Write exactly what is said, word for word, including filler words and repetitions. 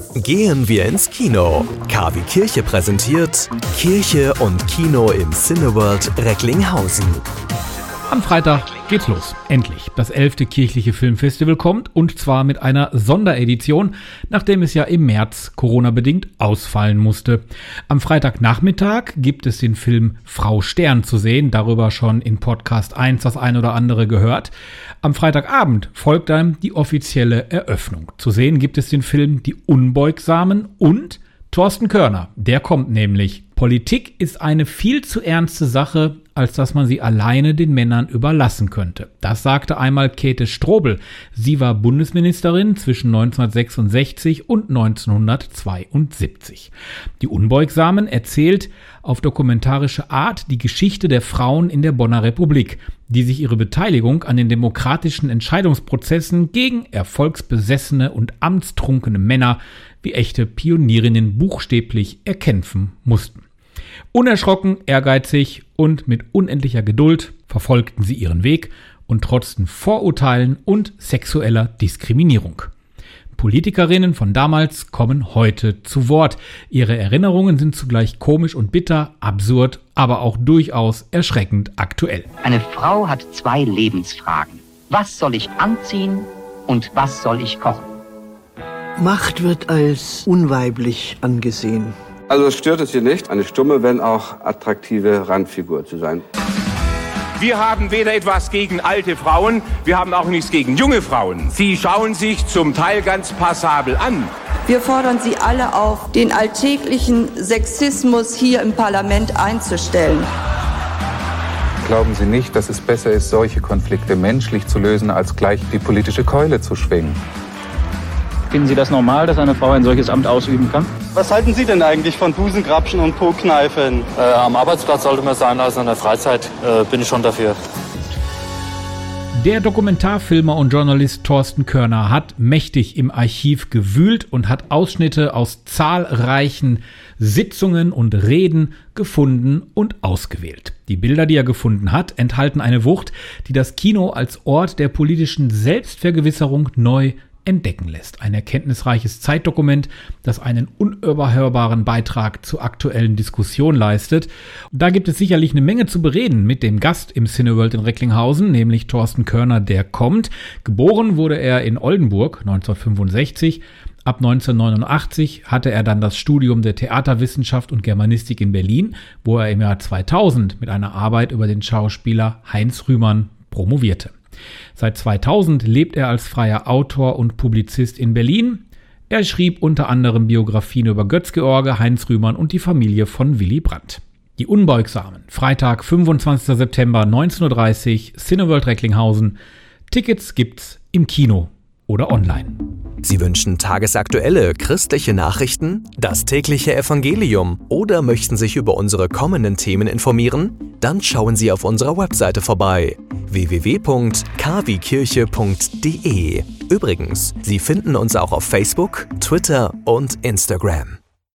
Gehen wir ins Kino. K wie Kirche präsentiert Kirche und Kino im Cineworld Recklinghausen. Am Freitag geht's los. Endlich. Das elfte kirchliche Filmfestival kommt, und zwar mit einer Sonderedition, nachdem es ja im März Corona-bedingt ausfallen musste. Am Freitagnachmittag gibt es den Film Frau Stern zu sehen, darüber schon in Podcast eins das ein oder andere gehört. Am Freitagabend folgt dann die offizielle Eröffnung. Zu sehen gibt es den Film Die Unbeugsamen und Thorsten Körner. Der kommt nämlich. Politik ist eine viel zu ernste Sache, als dass man sie alleine den Männern überlassen könnte. Das sagte einmal Käthe Strobel. Sie war Bundesministerin zwischen neunzehnhundertsechsundsechzig und neunzehnhundertzweiundsiebzig. Die Unbeugsamen erzählt auf dokumentarische Art die Geschichte der Frauen in der Bonner Republik, die sich ihre Beteiligung an den demokratischen Entscheidungsprozessen gegen erfolgsbesessene und amtstrunkene Männer wie echte Pionierinnen buchstäblich erkämpfen mussten. Unerschrocken, ehrgeizig und mit unendlicher Geduld verfolgten sie ihren Weg und trotzten Vorurteilen und sexueller Diskriminierung. Politikerinnen von damals kommen heute zu Wort. Ihre Erinnerungen sind zugleich komisch und bitter, absurd, aber auch durchaus erschreckend aktuell. Eine Frau hat zwei Lebensfragen. Was soll ich anziehen und was soll ich kochen? Macht wird als unweiblich angesehen. Also es stört es hier nicht, eine stumme, wenn auch attraktive Randfigur zu sein. Wir haben weder etwas gegen alte Frauen, wir haben auch nichts gegen junge Frauen. Sie schauen sich zum Teil ganz passabel an. Wir fordern Sie alle auf, den alltäglichen Sexismus hier im Parlament einzustellen. Glauben Sie nicht, dass es besser ist, solche Konflikte menschlich zu lösen, als gleich die politische Keule zu schwingen? Finden Sie das normal, dass eine Frau ein solches Amt ausüben kann? Was halten Sie denn eigentlich von Busengrapschen und Po-Kneifen? Äh, am Arbeitsplatz sollte man sein lassen, in der Freizeit äh, bin ich schon dafür. Der Dokumentarfilmer und Journalist Thorsten Körner hat mächtig im Archiv gewühlt und hat Ausschnitte aus zahlreichen Sitzungen und Reden gefunden und ausgewählt. Die Bilder, die er gefunden hat, enthalten eine Wucht, die das Kino als Ort der politischen Selbstvergewisserung neu entdecken lässt. Ein erkenntnisreiches Zeitdokument, das einen unüberhörbaren Beitrag zur aktuellen Diskussion leistet. Da gibt es sicherlich eine Menge zu bereden mit dem Gast im Cineworld in Recklinghausen, nämlich Thorsten Körner, der kommt. Geboren wurde er in Oldenburg neunzehnhundertfünfundsechzig. Ab neunzehnhundertneunundachtzig hatte er dann das Studium der Theaterwissenschaft und Germanistik in Berlin, wo er im Jahr zweitausend mit einer Arbeit über den Schauspieler Heinz Rühmann promovierte. Seit zweitausend lebt er als freier Autor und Publizist in Berlin. Er schrieb unter anderem Biografien über Götz-George, Heinz Rühmann und die Familie von Willy Brandt. Die Unbeugsamen, Freitag, fünfundzwanzigster September, neunzehn Uhr dreißig, Cineworld Recklinghausen. Tickets gibt's im Kino oder online. Sie wünschen tagesaktuelle christliche Nachrichten, das tägliche Evangelium oder möchten sich über unsere kommenden Themen informieren? Dann schauen Sie auf unserer Webseite vorbei w w w punkt k wie kirche punkt d e. Übrigens, Sie finden uns auch auf Facebook, Twitter und Instagram.